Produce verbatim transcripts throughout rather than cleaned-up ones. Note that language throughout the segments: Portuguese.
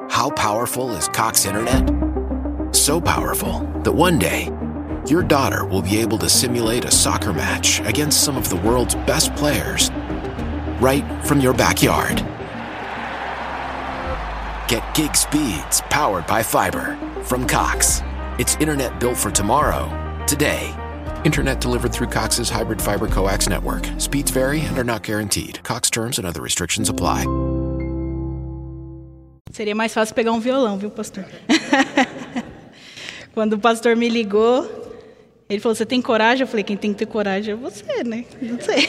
How powerful is Cox Internet? So powerful that one day, your daughter will be able to simulate a soccer match against some of the world's best players right from your backyard. Get gig speeds powered by fiber from Cox. It's internet built for tomorrow, today. Internet delivered through Cox's hybrid fiber coax network. Speeds vary and are not guaranteed. Cox terms and other restrictions apply. Seria mais fácil pegar um violão, viu, pastor? Quando o pastor me ligou, ele falou, você tem coragem? Eu falei, quem tem que ter coragem é você, né? Não sei.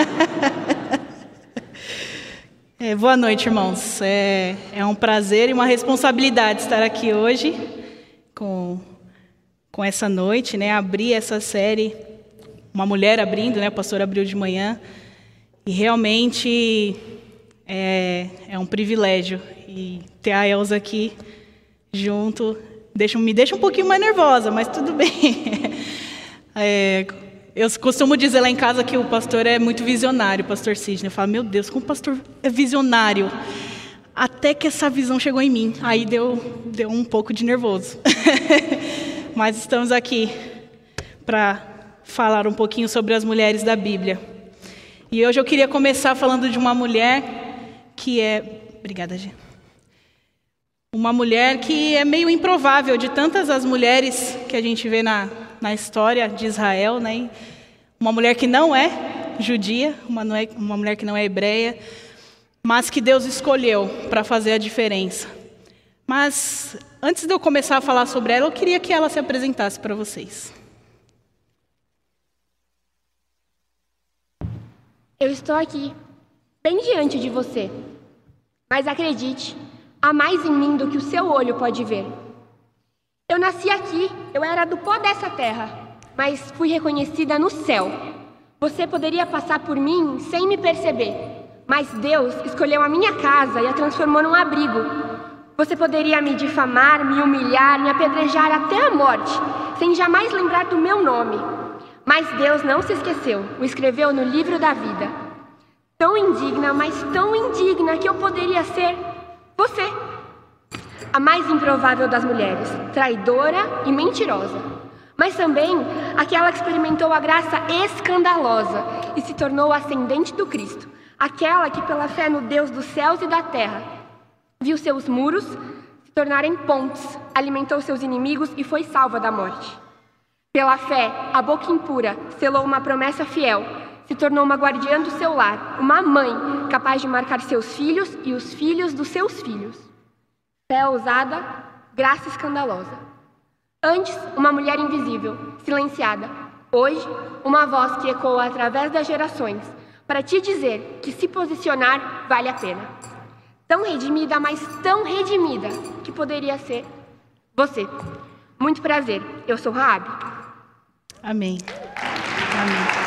É, boa noite, irmãos. É, é um prazer e uma responsabilidade estar aqui hoje com, com essa noite, né? Abrir essa série, uma mulher abrindo, né? O pastor abriu de manhã. E realmente é, é um privilégio. E ter a Elza aqui junto deixa, me deixa um pouquinho mais nervosa, mas tudo bem. É, eu costumo dizer lá em casa que o pastor é muito visionário, o pastor Sidney. Eu falo, meu Deus, como o pastor é visionário. Até que essa visão chegou em mim. Aí deu, deu um pouco de nervoso. Mas estamos aqui para falar um pouquinho sobre as mulheres da Bíblia. E hoje eu queria começar falando de uma mulher que é... Obrigada, Gê. Uma mulher que é meio improvável de tantas as mulheres que a gente vê na, na história de Israel, né? Uma mulher que não é judia, uma, não é, uma mulher que não é hebreia, mas que Deus escolheu para fazer a diferença. Mas antes de eu começar a falar sobre ela, eu queria que ela se apresentasse para vocês. Eu estou aqui, bem diante de você, mas acredite, há mais em mim do que o seu olho pode ver. Eu nasci aqui, eu era do pó dessa terra, mas fui reconhecida no céu. Você poderia passar por mim sem me perceber, mas Deus escolheu a minha casa e a transformou num abrigo. Você poderia me difamar, me humilhar, me apedrejar até a morte, sem jamais lembrar do meu nome. Mas Deus não se esqueceu, o escreveu no livro da vida. Tão indigna, mas tão indigna que eu poderia ser você, a mais improvável das mulheres, traidora e mentirosa, mas também aquela que experimentou a graça escandalosa e se tornou ascendente do Cristo, aquela que pela fé no Deus dos céus e da terra, viu seus muros se tornarem pontes, alimentou seus inimigos e foi salva da morte. Pela fé, a boca impura selou uma promessa fiel, se tornou uma guardiã do seu lar, uma mãe capaz de marcar seus filhos e os filhos dos seus filhos. Fé ousada, graça escandalosa. Antes, uma mulher invisível, silenciada. Hoje, uma voz que ecoa através das gerações, para te dizer que se posicionar vale a pena. Tão redimida, mas tão redimida, que poderia ser você. Muito prazer, eu sou Raabe. Amém. Amém.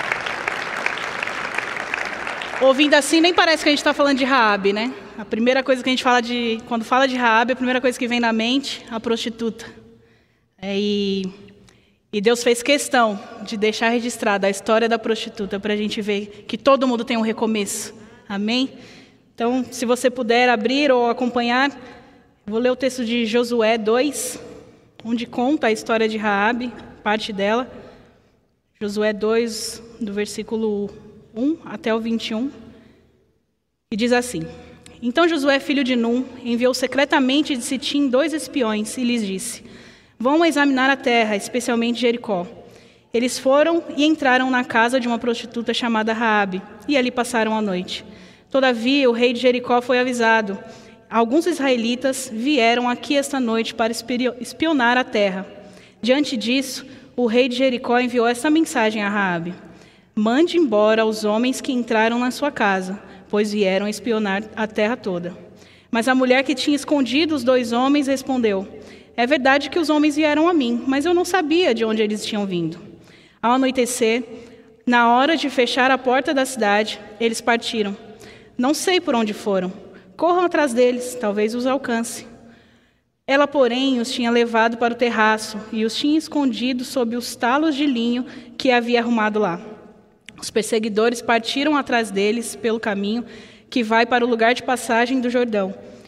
Ouvindo assim, nem parece que a gente está falando de Raabe, né? A primeira coisa que a gente fala de... Quando fala de Raabe, a primeira coisa que vem na mente, a prostituta. É, e, e Deus fez questão de deixar registrada a história da prostituta para a gente ver que todo mundo tem um recomeço. Amém? Então, se você puder abrir ou acompanhar, vou ler o texto de Josué dois, onde conta a história de Raabe, parte dela. Josué dois, do versículo um até o vinte e um, e diz assim: Então Josué, filho de Num, enviou secretamente de Sitim dois espiões e lhes disse: Vão examinar a terra, especialmente Jericó. Eles foram e entraram na casa de uma prostituta chamada Raabe, e ali passaram a noite. Todavia, o rei de Jericó foi avisado. Alguns israelitas vieram aqui esta noite para espionar a terra. Diante disso, o rei de Jericó enviou essa mensagem a Raabe: Mande embora os homens que entraram na sua casa, pois vieram espionar a terra toda. Mas a mulher que tinha escondido os dois homens respondeu: É verdade que os homens vieram a mim, mas eu não sabia de onde eles tinham vindo. Ao anoitecer, na hora de fechar a porta da cidade, eles partiram. Não sei por onde foram. Corram atrás deles, talvez os alcance. Ela, porém, os tinha levado para o terraço e os tinha escondido sob os talos de linho que havia arrumado lá. Os perseguidores partiram atrás deles pelo caminho que vai para o lugar de passagem do Jordão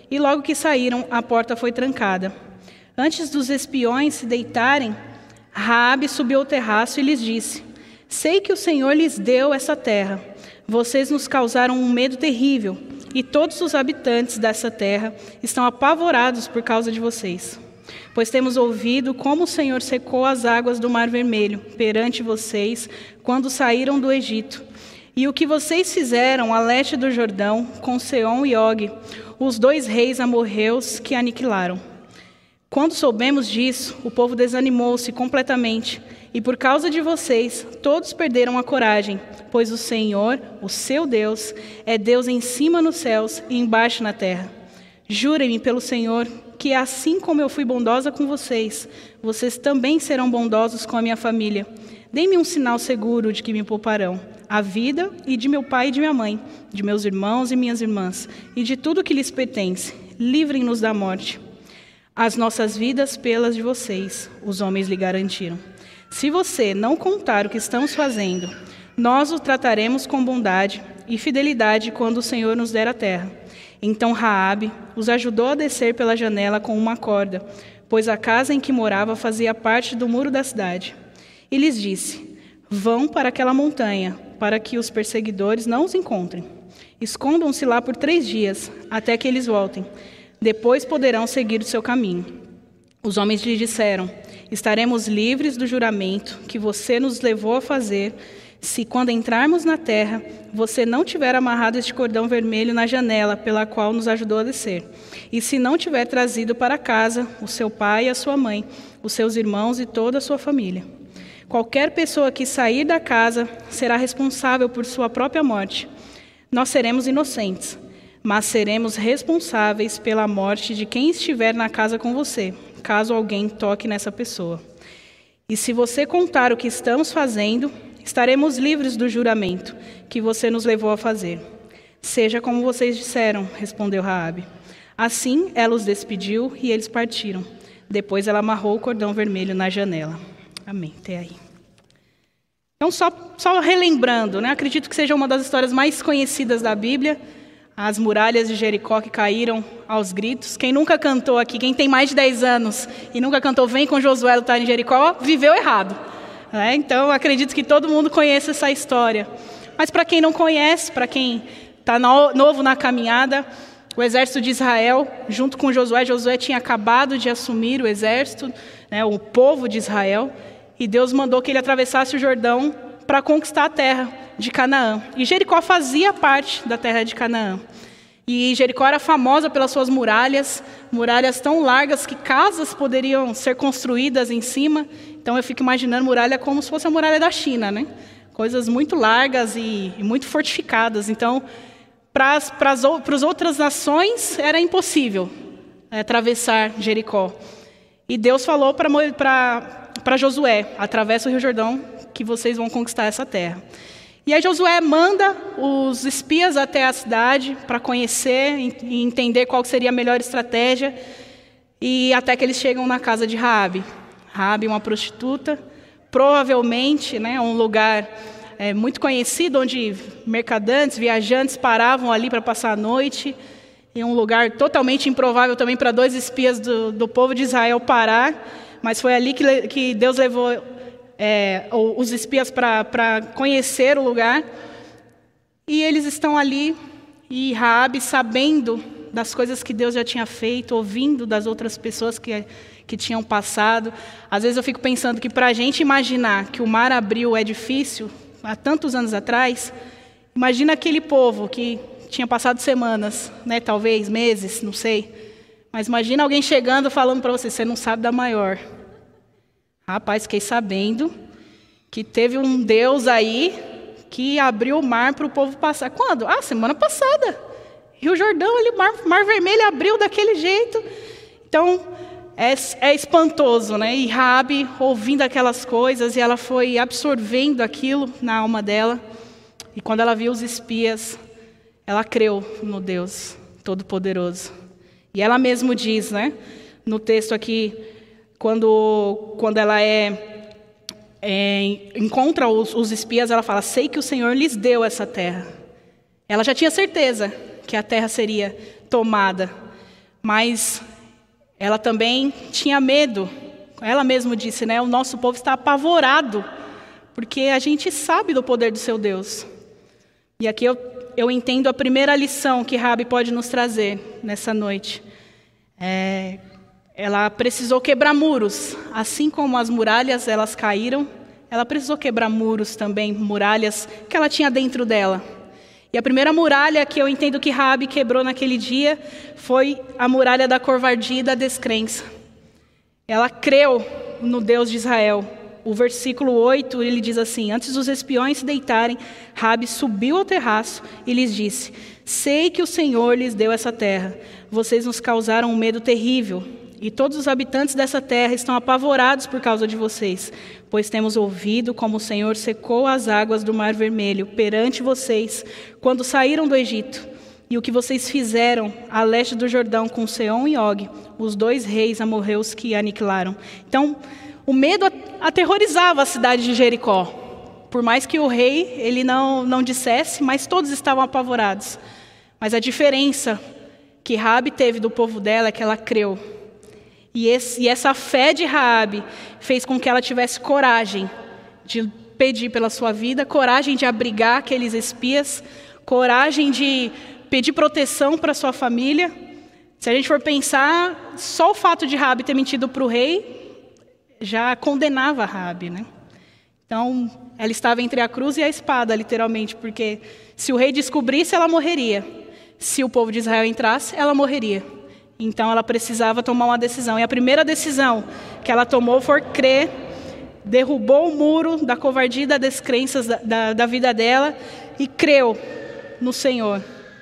E logo que saíram, a porta foi trancada. Antes dos espiões se deitarem, Raabe subiu ao terraço e lhes disse: sei que o Senhor lhes deu essa terra. Vocês nos causaram um medo terrível, e todos os habitantes dessa terra estão apavorados por causa de vocês. Pois temos ouvido como o Senhor secou as águas do Mar Vermelho perante vocês quando saíram do Egito, e o que vocês fizeram a leste do Jordão com Seom e Og, os dois reis amorreus que aniquilaram. Quando soubemos disso, o povo desanimou-se completamente, e por causa de vocês, todos perderam a coragem, pois o Senhor, o seu Deus, é Deus em cima nos céus e embaixo na terra. Jurem-me pelo Senhor que, assim como eu fui bondosa com vocês, vocês também serão bondosos com a minha família. Deem-me um sinal seguro de que me pouparão a vida e de meu pai e de minha mãe, de meus irmãos e minhas irmãs, e de tudo que lhes pertence. Livrem-nos da morte. As nossas vidas pelas de vocês, os homens lhe garantiram. Se você não contar o que estamos fazendo, nós o trataremos com bondade e fidelidade quando o Senhor nos der a terra. Então Raabe os ajudou a descer pela janela com uma corda, pois a casa em que morava fazia parte do muro da cidade. E lhes disse: vão para aquela montanha, para que os perseguidores não os encontrem. Escondam-se lá por três dias, até que eles voltem. Depois poderão seguir o seu caminho. Os homens lhe disseram: estaremos livres do juramento que você nos levou a fazer, se quando entrarmos na terra, você não tiver amarrado este cordão vermelho na janela pela qual nos ajudou a descer, e se não tiver trazido para casa o seu pai e a sua mãe, os seus irmãos e toda a sua família. Qualquer pessoa que sair da casa será responsável por sua própria morte. Nós seremos inocentes, mas seremos responsáveis pela morte de quem estiver na casa com você, caso alguém toque nessa pessoa. E se você contar o que estamos fazendo, estaremos livres do juramento que você nos levou a fazer. Seja como vocês disseram, respondeu Raabe. Assim, ela os despediu e eles partiram. Depois ela amarrou o cordão vermelho na janela. Amém. Até aí. Então, só, só relembrando, né? Acredito que seja uma das histórias mais conhecidas da Bíblia. As muralhas de Jericó que caíram aos gritos. Quem nunca cantou aqui, quem tem mais de dez anos e nunca cantou Vem com Josué lutar em Jericó, viveu errado. É, então, acredito que todo mundo conhece essa história. Mas para quem não conhece, para quem está no, novo na caminhada, o exército de Israel, junto com Josué, Josué tinha acabado de assumir o exército, né, o povo de Israel, e Deus mandou que ele atravessasse o Jordão para conquistar a terra de Canaã. E Jericó fazia parte da terra de Canaã. E Jericó era famosa pelas suas muralhas, muralhas tão largas que casas poderiam ser construídas em cima. Então eu fico imaginando muralha como se fosse a muralha da China, né? Coisas muito largas e, e muito fortificadas. Então, para as outras nações era impossível é, atravessar Jericó. E Deus falou para Josué: atravessa o Rio Jordão que vocês vão conquistar essa terra. E aí Josué manda os espias até a cidade para conhecer e entender qual seria a melhor estratégia. E até que eles chegam na casa de Raabe. Raabe, uma prostituta, provavelmente, né, um lugar é, muito conhecido, onde mercadantes, viajantes paravam ali para passar a noite. E um lugar totalmente improvável também para dois espias do, do povo de Israel parar. Mas foi ali que, que Deus levou É, os espias para conhecer o lugar, e eles estão ali, e Raabe, sabendo das coisas que Deus já tinha feito, ouvindo das outras pessoas que, que tinham passado. Às vezes eu fico pensando que para a gente imaginar que o mar abriu é difícil, há tantos anos atrás, imagina aquele povo que tinha passado semanas, né, talvez meses, não sei, mas imagina alguém chegando falando para você: você não sabe da maior. Rapaz, fiquei sabendo que teve um Deus aí que abriu o mar para o povo passar. Quando? Ah, semana passada. Rio Jordão, ali, mar, mar Vermelho abriu daquele jeito. Então, é, é espantoso, né? E Raabe, ouvindo aquelas coisas, e ela foi absorvendo aquilo na alma dela. E quando ela viu os espias, ela creu no Deus Todo-Poderoso. E ela mesmo diz, né, no texto aqui, Quando, quando ela é, é, encontra os, os espias, ela fala: sei que o Senhor lhes deu essa terra. Ela já tinha certeza que a terra seria tomada. mas ela também tinha medo. Ela mesma disse, né? O nosso povo está apavorado, porque a gente sabe do poder do seu Deus. E aqui eu, eu entendo a primeira lição que Raabe pode nos trazer nessa noite. É, ela precisou quebrar muros, assim como as muralhas elas caíram, ela precisou quebrar muros também, muralhas que ela tinha dentro dela. E a primeira muralha que eu entendo que Raabe quebrou naquele dia foi a muralha da covardia e da descrença. Ela creu no Deus de Israel. O versículo oito, ele diz assim: antes dos espiões se deitarem, Raabe subiu ao terraço e lhes disse: sei que o Senhor lhes deu essa terra. Vocês nos causaram um medo terrível, e todos os habitantes dessa terra estão apavorados por causa de vocês, pois temos ouvido como o Senhor secou as águas do Mar Vermelho perante vocês, quando saíram do Egito, e o que vocês fizeram a leste do Jordão com Seom e Og, os dois reis amorreus que aniquilaram. Então, o medo aterrorizava a cidade de Jericó. Por mais que o rei ele não, não dissesse, mas todos estavam apavorados. Mas a diferença que Raabe teve do povo dela é que ela creu. E, esse, e essa fé de Raabe fez com que ela tivesse coragem de pedir pela sua vida, coragem de abrigar aqueles espias, coragem de pedir proteção para sua família. Se a gente for pensar, só o fato de Raabe ter mentido para o rei já condenava Raabe, né? Então, ela estava entre a cruz e a espada, literalmente, porque se o rei descobrisse, ela morreria. Se o povo de Israel entrasse, ela morreria. Então, ela precisava tomar uma decisão. E a primeira decisão que ela tomou foi crer, derrubou o muro da covardia e das descrenças da, da, da vida dela e creu no Senhor.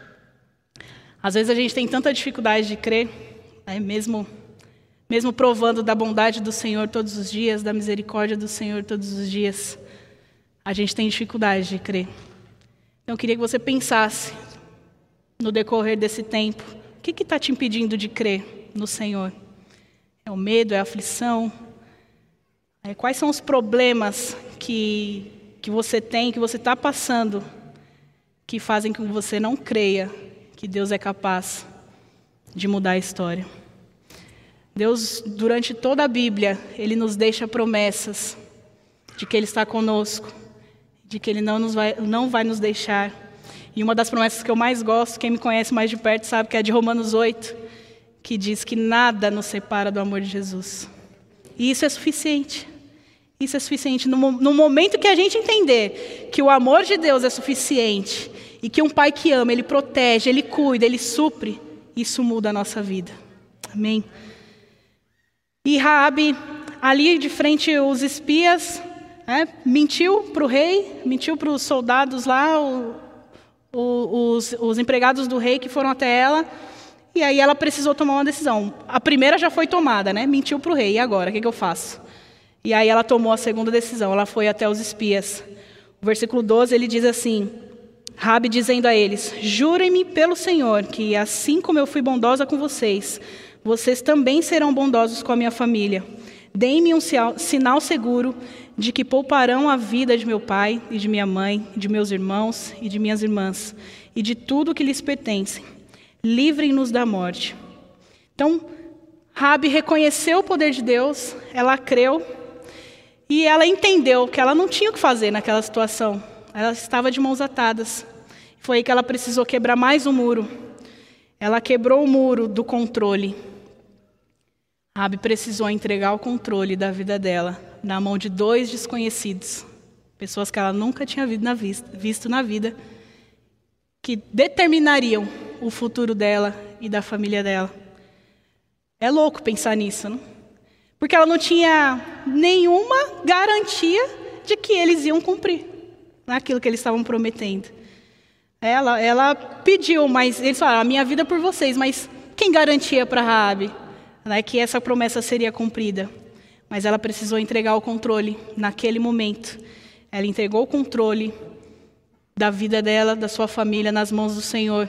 Às vezes a gente tem tanta dificuldade de crer, né? mesmo... Mesmo provando da bondade do Senhor todos os dias, da misericórdia do Senhor todos os dias, a gente tem dificuldade de crer. Então, eu queria que você pensasse, no decorrer desse tempo, o que está te impedindo de crer no Senhor? É o medo, é a aflição? É, quais são os problemas que, que você tem, que você está passando, que fazem com que você não creia que Deus é capaz de mudar a história? Deus, durante toda a Bíblia, Ele nos deixa promessas de que Ele está conosco, de que Ele não, nos vai, não vai nos deixar. E uma das promessas que eu mais gosto, quem me conhece mais de perto sabe que é de Romanos oito, que diz que nada nos separa do amor de Jesus. E isso é suficiente. Isso é suficiente. No, no momento que a gente entender que o amor de Deus é suficiente e que um Pai que ama, Ele protege, Ele cuida, Ele supre, isso muda a nossa vida. Amém? E Raabe, ali de frente os espias, né, mentiu para o rei, mentiu para os soldados lá, o, o, os, os empregados do rei que foram até ela, e aí ela precisou tomar uma decisão. A primeira já foi tomada, né? Mentiu para o rei, e agora? O que, que eu faço? E aí ela tomou a segunda decisão, ela foi até os espias. O versículo doze, ele diz assim, Raabe dizendo a eles: jurem-me pelo Senhor, que assim como eu fui bondosa com vocês, vocês também serão bondosos com a minha família. Deem-me um sinal seguro de que pouparão a vida de meu pai e de minha mãe, de meus irmãos e de minhas irmãs, e de tudo que lhes pertence. Livrem-nos da morte. Então, Raabe reconheceu o poder de Deus, ela creu, e ela entendeu que ela não tinha o que fazer naquela situação. Ela estava de mãos atadas. Foi aí que ela precisou quebrar mais um muro. Ela quebrou o muro do controle. Raabe precisou entregar o controle da vida dela na mão de dois desconhecidos, pessoas que ela nunca tinha visto na vida, que determinariam o futuro dela e da família dela. É louco pensar nisso, não? Porque ela não tinha nenhuma garantia de que eles iam cumprir naquilo que eles estavam prometendo. Ela, ela pediu, mas eles falaram, a minha vida é por vocês, mas quem garantia para Raabe, né, que essa promessa seria cumprida? Mas ela precisou entregar o controle naquele momento. Ela entregou o controle da vida dela, da sua família, nas mãos do Senhor.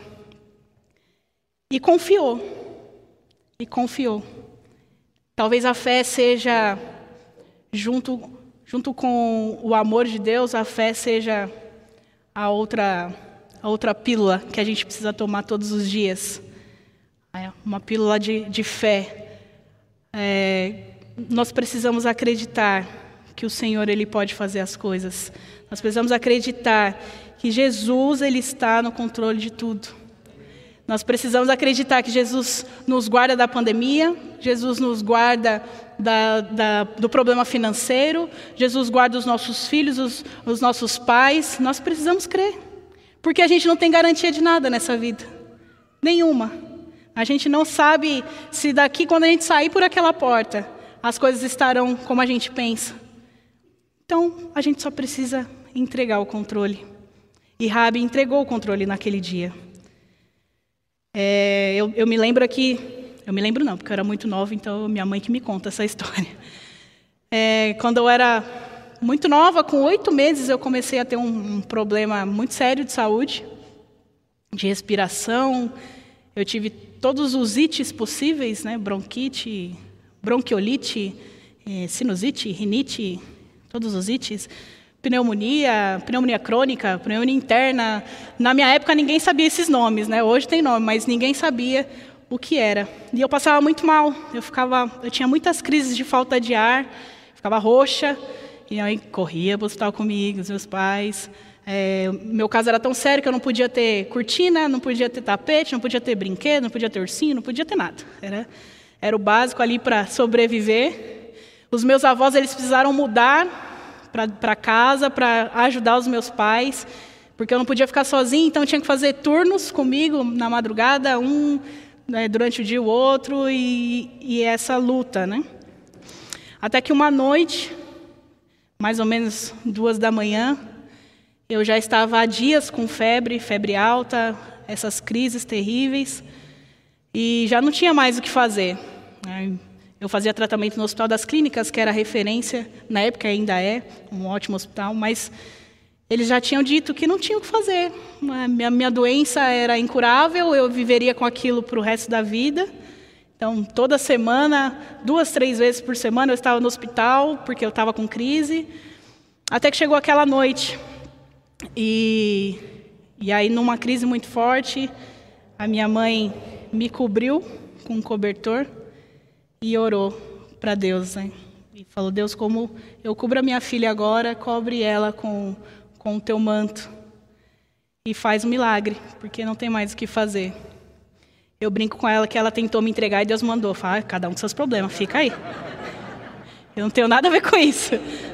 E confiou. E confiou. Talvez a fé seja, junto, junto com o amor de Deus, a fé seja a outra... a outra pílula que a gente precisa tomar todos os dias. uma pílula de, de fé. É, nós precisamos acreditar que o Senhor ele pode fazer as coisas. Nós precisamos acreditar que Jesus ele está no controle de tudo. Nós precisamos acreditar que Jesus nos guarda da pandemia, Jesus nos guarda da, da, do problema financeiro, Jesus guarda os nossos filhos, os, os nossos pais. Nós precisamos crer, porque a gente não tem garantia de nada nessa vida, nenhuma. A gente não sabe se daqui, quando a gente sair por aquela porta, as coisas estarão como a gente pensa. Então, a gente só precisa entregar o controle. E Raabe entregou o controle naquele dia. É, eu, eu me lembro aqui, eu me lembro não, porque eu era muito nova, então minha mãe que me conta essa história. É, quando eu era muito nova, com oito meses, eu comecei a ter um, um problema muito sério de saúde, de respiração. Eu tive todos os ites possíveis, né? Bronquite, bronquiolite, eh, sinusite, rinite, todos os ites. Pneumonia, pneumonia crônica, pneumonia interna. Na minha época, ninguém sabia esses nomes, né? Hoje tem nome, mas ninguém sabia o que era. E eu passava muito mal. Eu, ficava, eu tinha muitas crises de falta de ar, ficava roxa. E aí corria para o hospital comigo, os meus pais. É, meu caso era tão sério que eu não podia ter cortina, não podia ter tapete, não podia ter brinquedo, não podia ter ursinho, não podia ter nada. Era, era o básico ali para sobreviver. Os meus avós eles precisaram mudar para casa para ajudar os meus pais, porque eu não podia ficar sozinha, então eu tinha que fazer turnos comigo na madrugada, um né, durante o dia o outro, e, e essa luta, né? Até que uma noite, mais ou menos duas da manhã, eu já estava há dias com febre, febre alta, essas crises terríveis, e já não tinha mais o que fazer. Eu fazia tratamento no Hospital das Clínicas, que era referência, na época ainda é, um ótimo hospital, mas eles já tinham dito que não tinha o que fazer. A minha, minha doença era incurável, eu viveria com aquilo para o resto da vida. Então, toda semana, duas, três vezes por semana, eu estava no hospital, porque eu estava com crise, até que chegou aquela noite. E, e aí, numa crise muito forte, a minha mãe me cobriu com um cobertor e orou para Deus, né? E falou, Deus, como eu cubro a minha filha agora, cobre ela com, com o teu manto. E faz um milagre, porque não tem mais o que fazer. Eu brinco com ela que ela tentou me entregar e Deus mandou. Fala, ah, cada um com seus problemas, fica aí. Eu não tenho nada a ver com isso.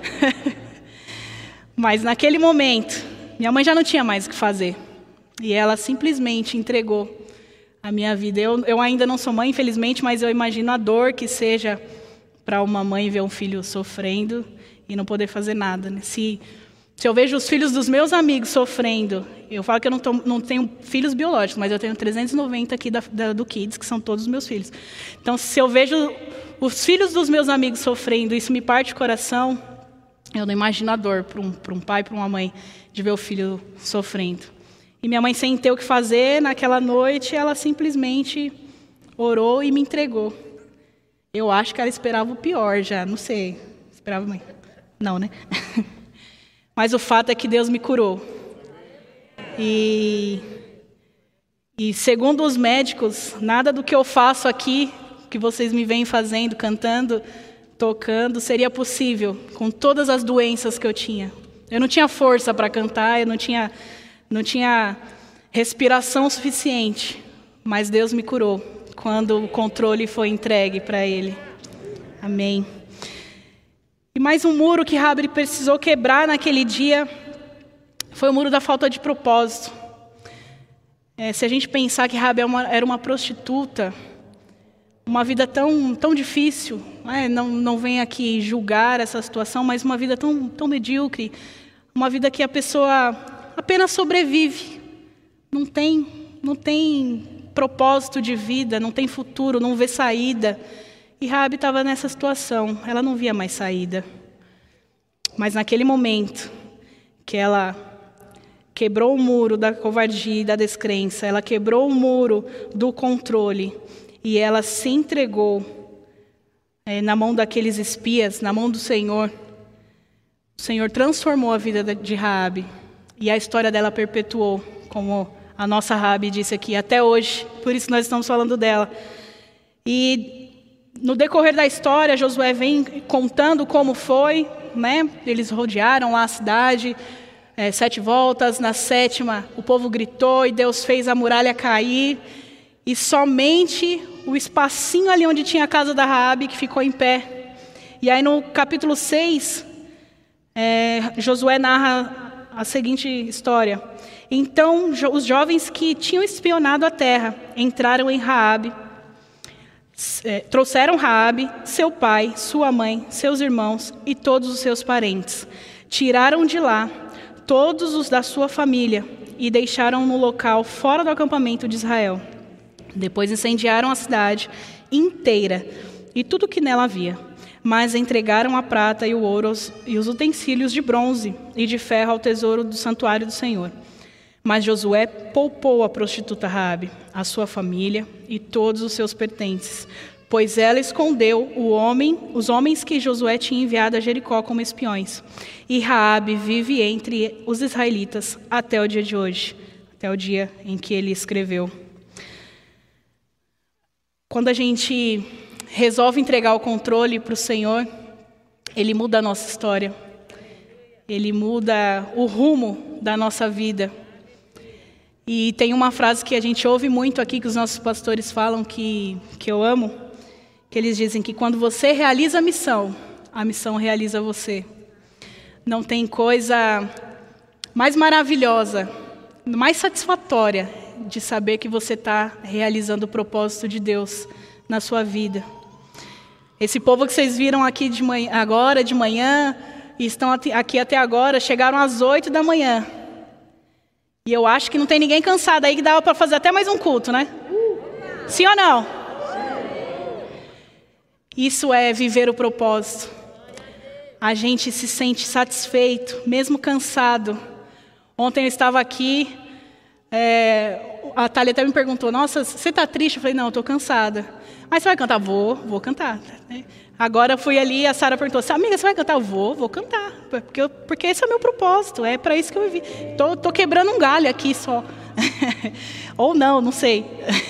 Mas naquele momento, minha mãe já não tinha mais o que fazer. E ela simplesmente entregou a minha vida. Eu, eu ainda não sou mãe, infelizmente, mas eu imagino a dor que seja para uma mãe ver um filho sofrendo e não poder fazer nada. Né? Se, se eu vejo os filhos dos meus amigos sofrendo, eu falo que eu não, tô, não tenho filhos biológicos, mas eu tenho trezentos e noventa aqui da, da, do Kids, que são todos os meus filhos. Então, se eu vejo os filhos dos meus amigos sofrendo, isso me parte o coração, eu não imagino a dor para um, para um pai, para uma mãe, de ver o filho sofrendo. E minha mãe, sem ter o que fazer, naquela noite, ela simplesmente orou e me entregou. Eu acho que ela esperava o pior já, não sei. Esperava mãe? Não, né? Mas o fato é que Deus me curou. E, e segundo os médicos, nada do que eu faço aqui, que vocês me veem fazendo, cantando, tocando, seria possível com todas as doenças que eu tinha. Eu não tinha força para cantar, eu não tinha... Não tinha respiração suficiente, mas Deus me curou quando o controle foi entregue para Ele. Amém. E mais um muro que Raabe precisou quebrar naquele dia foi o muro da falta de propósito. É, se a gente pensar que Raabe era uma, era uma prostituta, uma vida tão, tão difícil, né? não, não venho aqui julgar essa situação, mas uma vida tão, tão medíocre, uma vida que a pessoa apenas sobrevive, não tem, não tem propósito de vida, não tem futuro, não vê saída. E Raabe estava nessa situação, ela não via mais saída. Mas naquele momento que ela quebrou o muro da covardia e da descrença, ela quebrou o muro do controle e ela se entregou é, na mão daqueles espias, na mão do Senhor, o Senhor transformou a vida de Raabe. E a história dela perpetuou como a nossa Raabe disse aqui, até hoje, por isso nós estamos falando dela. E no decorrer da história, Josué vem contando como foi, né? Eles rodearam lá a cidade, é, sete voltas, na sétima o povo gritou e Deus fez a muralha cair, e somente o espacinho ali onde tinha a casa da Raabe que ficou em pé. E aí no capítulo seis, é, Josué narra a seguinte história. Então os jovens que tinham espionado a terra entraram em Raabe, é, trouxeram Raabe, seu pai, sua mãe, seus irmãos e todos os seus parentes. Tiraram de lá todos os da sua família e deixaram no local fora do acampamento de Israel. Depois incendiaram a cidade inteira e tudo que nela havia, mas entregaram a prata e o ouro e os utensílios de bronze e de ferro ao tesouro do santuário do Senhor. Mas Josué poupou a prostituta Raabe, a sua família e todos os seus pertences, pois ela escondeu o homem, os homens que Josué tinha enviado a Jericó como espiões. E Raabe vive entre os israelitas até o dia de hoje, até o dia em que ele escreveu. Quando a gente resolve entregar o controle para o Senhor, Ele muda a nossa história. Ele muda o rumo da nossa vida. E tem uma frase que a gente ouve muito aqui, que os nossos pastores falam, que, que eu amo, que eles dizem que quando você realiza a missão, a missão realiza você. Não tem coisa mais maravilhosa, mais satisfatória de saber que você está realizando o propósito de Deus na sua vida. Esse povo que vocês viram aqui de manhã, agora de manhã, e estão aqui até agora, chegaram às oito da manhã. E eu acho que não tem ninguém cansado aí, que dava para fazer até mais um culto, né? Sim ou não? Isso é viver o propósito. A gente se sente satisfeito, mesmo cansado. Ontem eu estava aqui, é, a Thalia até me perguntou, nossa, você está triste? Eu falei, não, eu estou cansada. Mas você vai cantar? Vou, vou cantar. Agora eu fui ali, a Sara perguntou, amiga, você vai cantar? Eu vou, vou cantar. Porque, eu, porque esse é o meu propósito, é para isso que eu vivi. Tô, tô quebrando um galho aqui só. Ou não, não sei.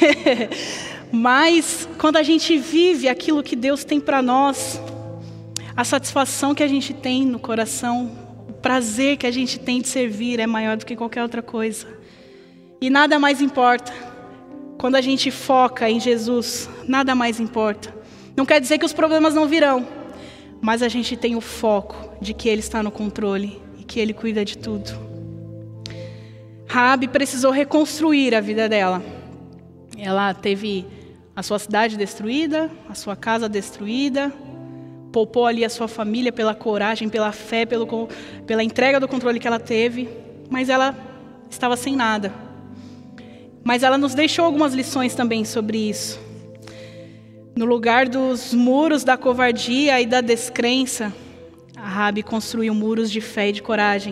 Mas quando a gente vive aquilo que Deus tem para nós, a satisfação que a gente tem no coração, o prazer que a gente tem de servir é maior do que qualquer outra coisa. E nada mais importa. Quando a gente foca em Jesus, nada mais importa. Não quer dizer que os problemas não virão, mas a gente tem o foco de que Ele está no controle e que Ele cuida de tudo. Raabe precisou reconstruir a vida dela. Ela teve a sua cidade destruída, a sua casa destruída, poupou ali a sua família pela coragem, pela fé, pelo, pela entrega do controle que ela teve, mas ela estava sem nada. Mas ela nos deixou algumas lições também sobre isso. No lugar dos muros da covardia e da descrença, a Raabe construiu muros de fé e de coragem.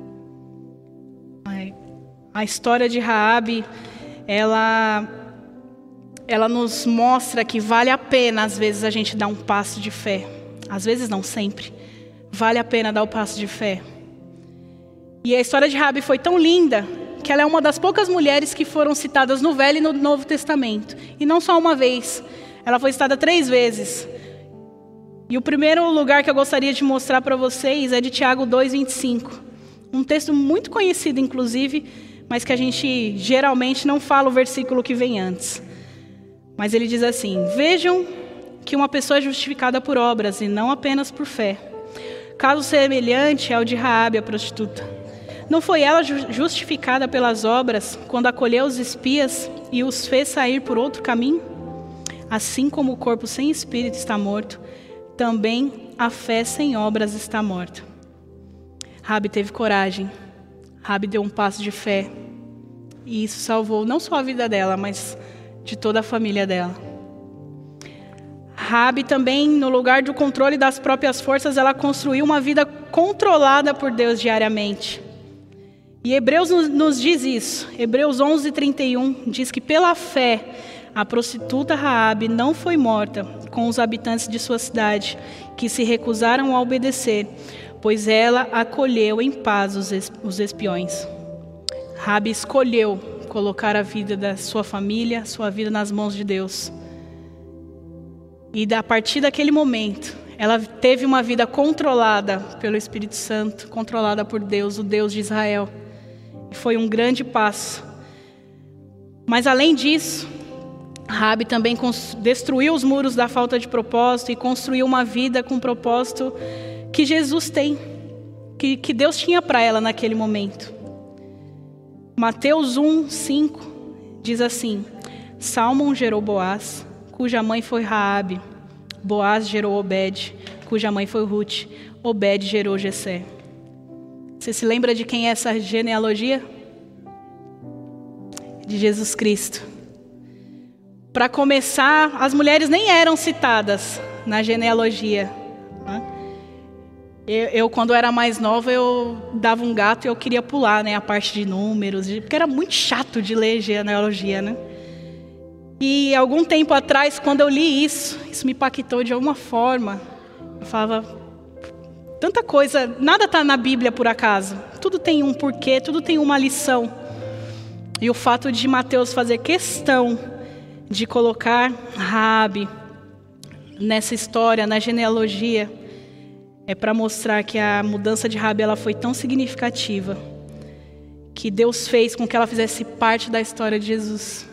A história de Raabe, ela, ela nos mostra que vale a pena, às vezes, a gente dar um passo de fé. Às vezes, não sempre. Vale a pena dar o passo de fé. E a história de Raabe foi tão linda que ela é uma das poucas mulheres que foram citadas no Velho e no Novo Testamento. E não só uma vez. Ela foi citada três vezes. E o primeiro lugar que eu gostaria de mostrar para vocês é de Tiago dois, vinte e cinco. Um texto muito conhecido, inclusive, mas que a gente geralmente não fala o versículo que vem antes. Mas ele diz assim: vejam que uma pessoa é justificada por obras e não apenas por fé. Caso semelhante ao de Raabe, a prostituta. Não foi ela justificada pelas obras quando acolheu os espias e os fez sair por outro caminho? Assim como o corpo sem espírito está morto, também a fé sem obras está morta. Raabe teve coragem. Raabe deu um passo de fé. E isso salvou não só a vida dela, mas de toda a família dela. Raabe também, no lugar do controle das próprias forças, ela construiu uma vida controlada por Deus diariamente. E Hebreus nos diz isso. Hebreus onze, trinta e um diz que pela fé a prostituta Raabe não foi morta com os habitantes de sua cidade, que se recusaram a obedecer, pois ela acolheu em paz os espiões. Raabe escolheu colocar a vida da sua família, sua vida nas mãos de Deus. E a partir daquele momento, ela teve uma vida controlada pelo Espírito Santo, controlada por Deus, o Deus de Israel. E foi um grande passo. Mas além disso, Raabe também destruiu os muros da falta de propósito e construiu uma vida com propósito que Jesus tem, que, que Deus tinha para ela naquele momento. Mateus um, cinco diz assim: Salmão gerou Boaz, cuja mãe foi Raabe. Boaz gerou Obed, cuja mãe foi Ruth. Obed gerou Jessé. Você se lembra de quem é essa genealogia? De Jesus Cristo. Para começar, as mulheres nem eram citadas na genealogia. Eu, eu, quando era mais nova, eu dava um gato e eu queria pular, né, a parte de números, porque era muito chato de ler genealogia, né? E algum tempo atrás, quando eu li isso, isso me impactou de alguma forma. Eu falava, tanta coisa, nada está na Bíblia por acaso. Tudo tem um porquê, tudo tem uma lição. E o fato de Mateus fazer questão de colocar Raabe nessa história, na genealogia, é para mostrar que a mudança de Raabe ela foi tão significativa que Deus fez com que ela fizesse parte da história de Jesus.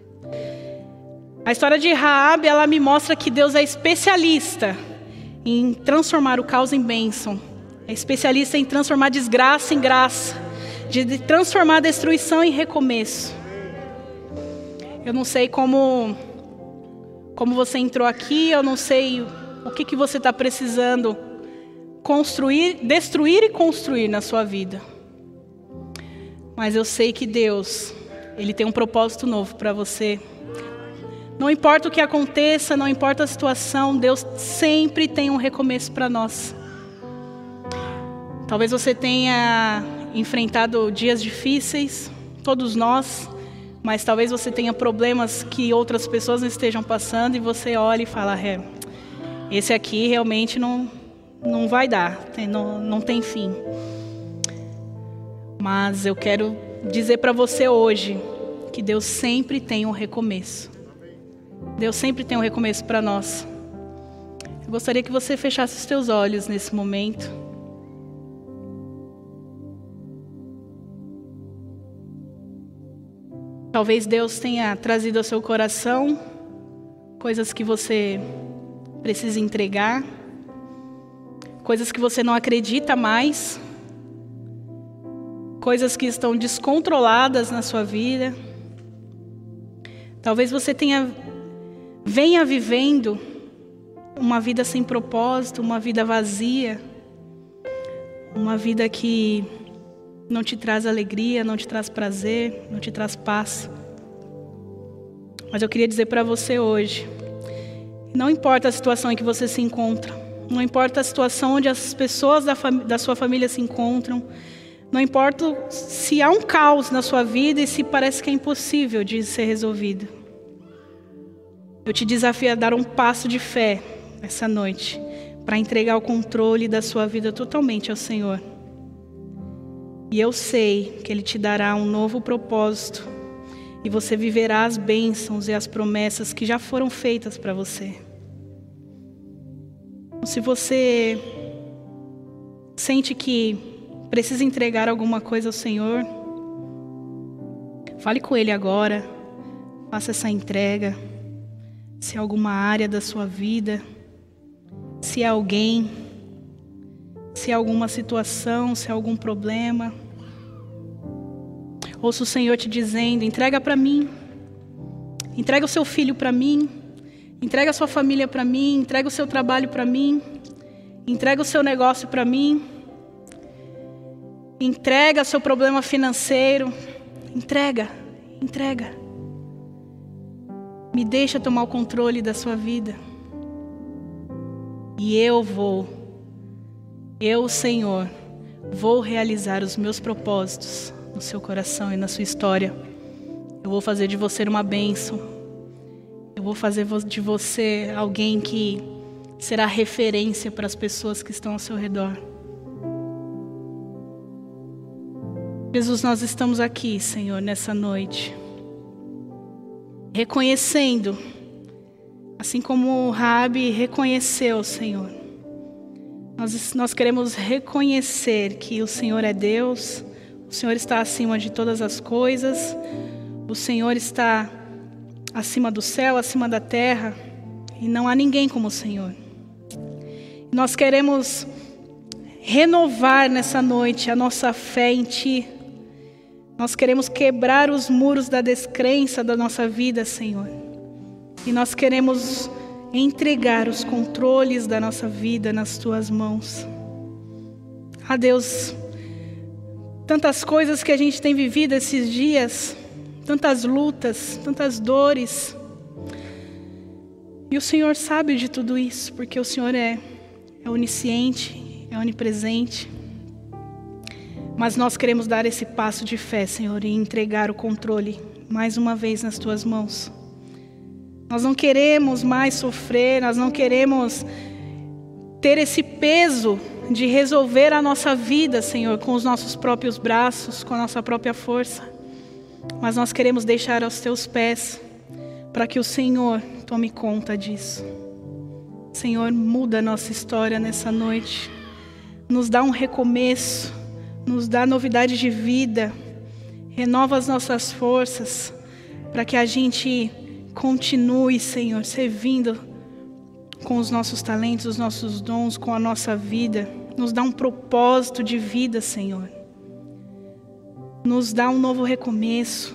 A história de Raabe, ela me mostra que Deus é especialista em transformar o caos em bênção. É especialista em transformar desgraça em graça, de transformar a destruição em recomeço. Eu não sei como, como você entrou aqui, eu não sei o que, que você está precisando construir, destruir e construir na sua vida. Mas eu sei que Deus, Ele tem um propósito novo para você. Não importa o que aconteça, não importa a situação, Deus sempre tem um recomeço para nós. Talvez você tenha enfrentado dias difíceis, todos nós, mas talvez você tenha problemas que outras pessoas não estejam passando e você olha e fala, é, esse aqui realmente não, não vai dar, tem, não, não tem fim. Mas eu quero dizer para você hoje que Deus sempre tem um recomeço. Deus sempre tem um recomeço para nós. Eu gostaria que você fechasse os seus olhos nesse momento. Talvez Deus tenha trazido ao seu coração coisas que você precisa entregar, coisas que você não acredita mais, coisas que estão descontroladas na sua vida. Talvez você tenha venha vivendo uma vida sem propósito, uma vida vazia, uma vida que não te traz alegria, não te traz prazer, não te traz paz. Mas eu queria dizer para você hoje, não importa a situação em que você se encontra, não importa a situação onde as pessoas da, fam- da sua família se encontram, não importa se há um caos na sua vida e se parece que é impossível de ser resolvido. Eu te desafio a dar um passo de fé essa noite, para entregar o controle da sua vida totalmente ao Senhor. E eu sei que Ele te dará um novo propósito, e você viverá as bênçãos e as promessas que já foram feitas para você. Se você sente que precisa entregar alguma coisa ao Senhor, fale com Ele agora, faça essa entrega. Se é alguma área da sua vida, se é alguém, se é alguma situação, se é algum problema. Ouça o Senhor te dizendo, entrega para mim. Entrega o seu filho para mim. Entrega a sua família para mim. Entrega o seu trabalho para mim. Entrega o seu negócio para mim. Entrega o seu problema financeiro. Entrega, entrega. Me deixa tomar o controle da sua vida. E eu vou, eu, Senhor, vou realizar os meus propósitos no seu coração e na sua história. Eu vou fazer de você uma bênção. Eu vou fazer de você alguém que será referência para as pessoas que estão ao seu redor. Jesus, nós estamos aqui, Senhor, nessa noite, reconhecendo, assim como Raabe reconheceu, Senhor. Nós, nós queremos reconhecer que o Senhor é Deus, o Senhor está acima de todas as coisas, o Senhor está acima do céu, acima da terra, e não há ninguém como o Senhor. Nós queremos renovar nessa noite a nossa fé em Ti. Nós queremos quebrar os muros da descrença da nossa vida, Senhor. E nós queremos entregar os controles da nossa vida nas Tuas mãos. Ah, Deus, tantas coisas que a gente tem vivido esses dias, tantas lutas, tantas dores. E o Senhor sabe de tudo isso, porque o Senhor é, é onisciente, é onipresente. Mas nós queremos dar esse passo de fé, Senhor, e entregar o controle mais uma vez nas Tuas mãos. Nós não queremos mais sofrer, nós não queremos ter esse peso de resolver a nossa vida, Senhor, com os nossos próprios braços, com a nossa própria força. Mas nós queremos deixar aos Teus pés, para que o Senhor tome conta disso. Senhor, muda a nossa história nessa noite. Nos dá um recomeço, nos dá novidade de vida, renova as nossas forças, para que a gente continue, Senhor, servindo com os nossos talentos, os nossos dons, com a nossa vida. Nos dá um propósito de vida, Senhor. Nos dá um novo recomeço.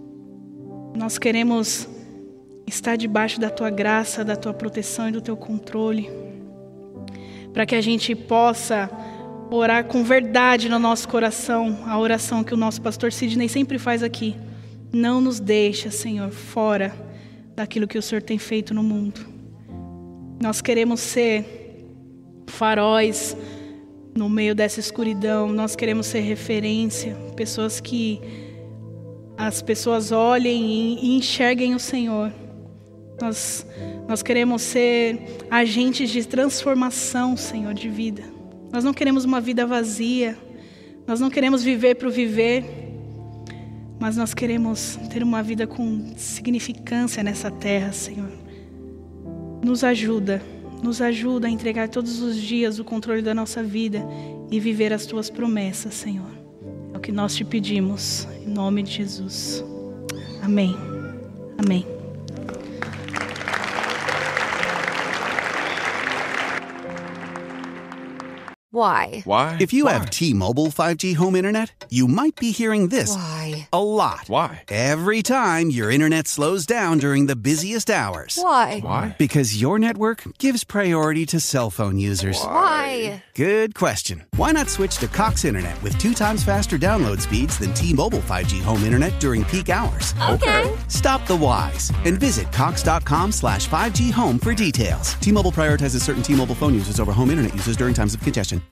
Nós queremos estar debaixo da Tua graça, da Tua proteção e do Teu controle, para que a gente possa orar com verdade no nosso coração, a oração que o nosso pastor Sidney sempre faz aqui. Não nos deixa, Senhor, fora daquilo que o Senhor tem feito no mundo. Nós queremos ser faróis no meio dessa escuridão, nós queremos ser referência, pessoas que as pessoas olhem e enxerguem o Senhor. Nós, nós queremos ser agentes de transformação, Senhor, de vida. Nós não queremos uma vida vazia, nós não queremos viver para o viver, mas nós queremos ter uma vida com significância nessa terra, Senhor. Nos ajuda, nos ajuda a entregar todos os dias o controle da nossa vida e viver as Tuas promessas, Senhor. É o que nós Te pedimos, em nome de Jesus. Amém. Amém. Why? Why? If you Why? have T-Mobile five G home internet, you might be hearing this Why? a lot. Why? Every time your internet slows down during the busiest hours. Why? Why? Because your network gives priority to cell phone users. Why? Good question. Why not switch to Cox Internet with two times faster download speeds than T-Mobile five G home internet during peak hours? Okay. Stop the whys and visit cox.com slash 5G home for details. T-Mobile prioritizes certain T-Mobile phone users over home internet users during times of congestion.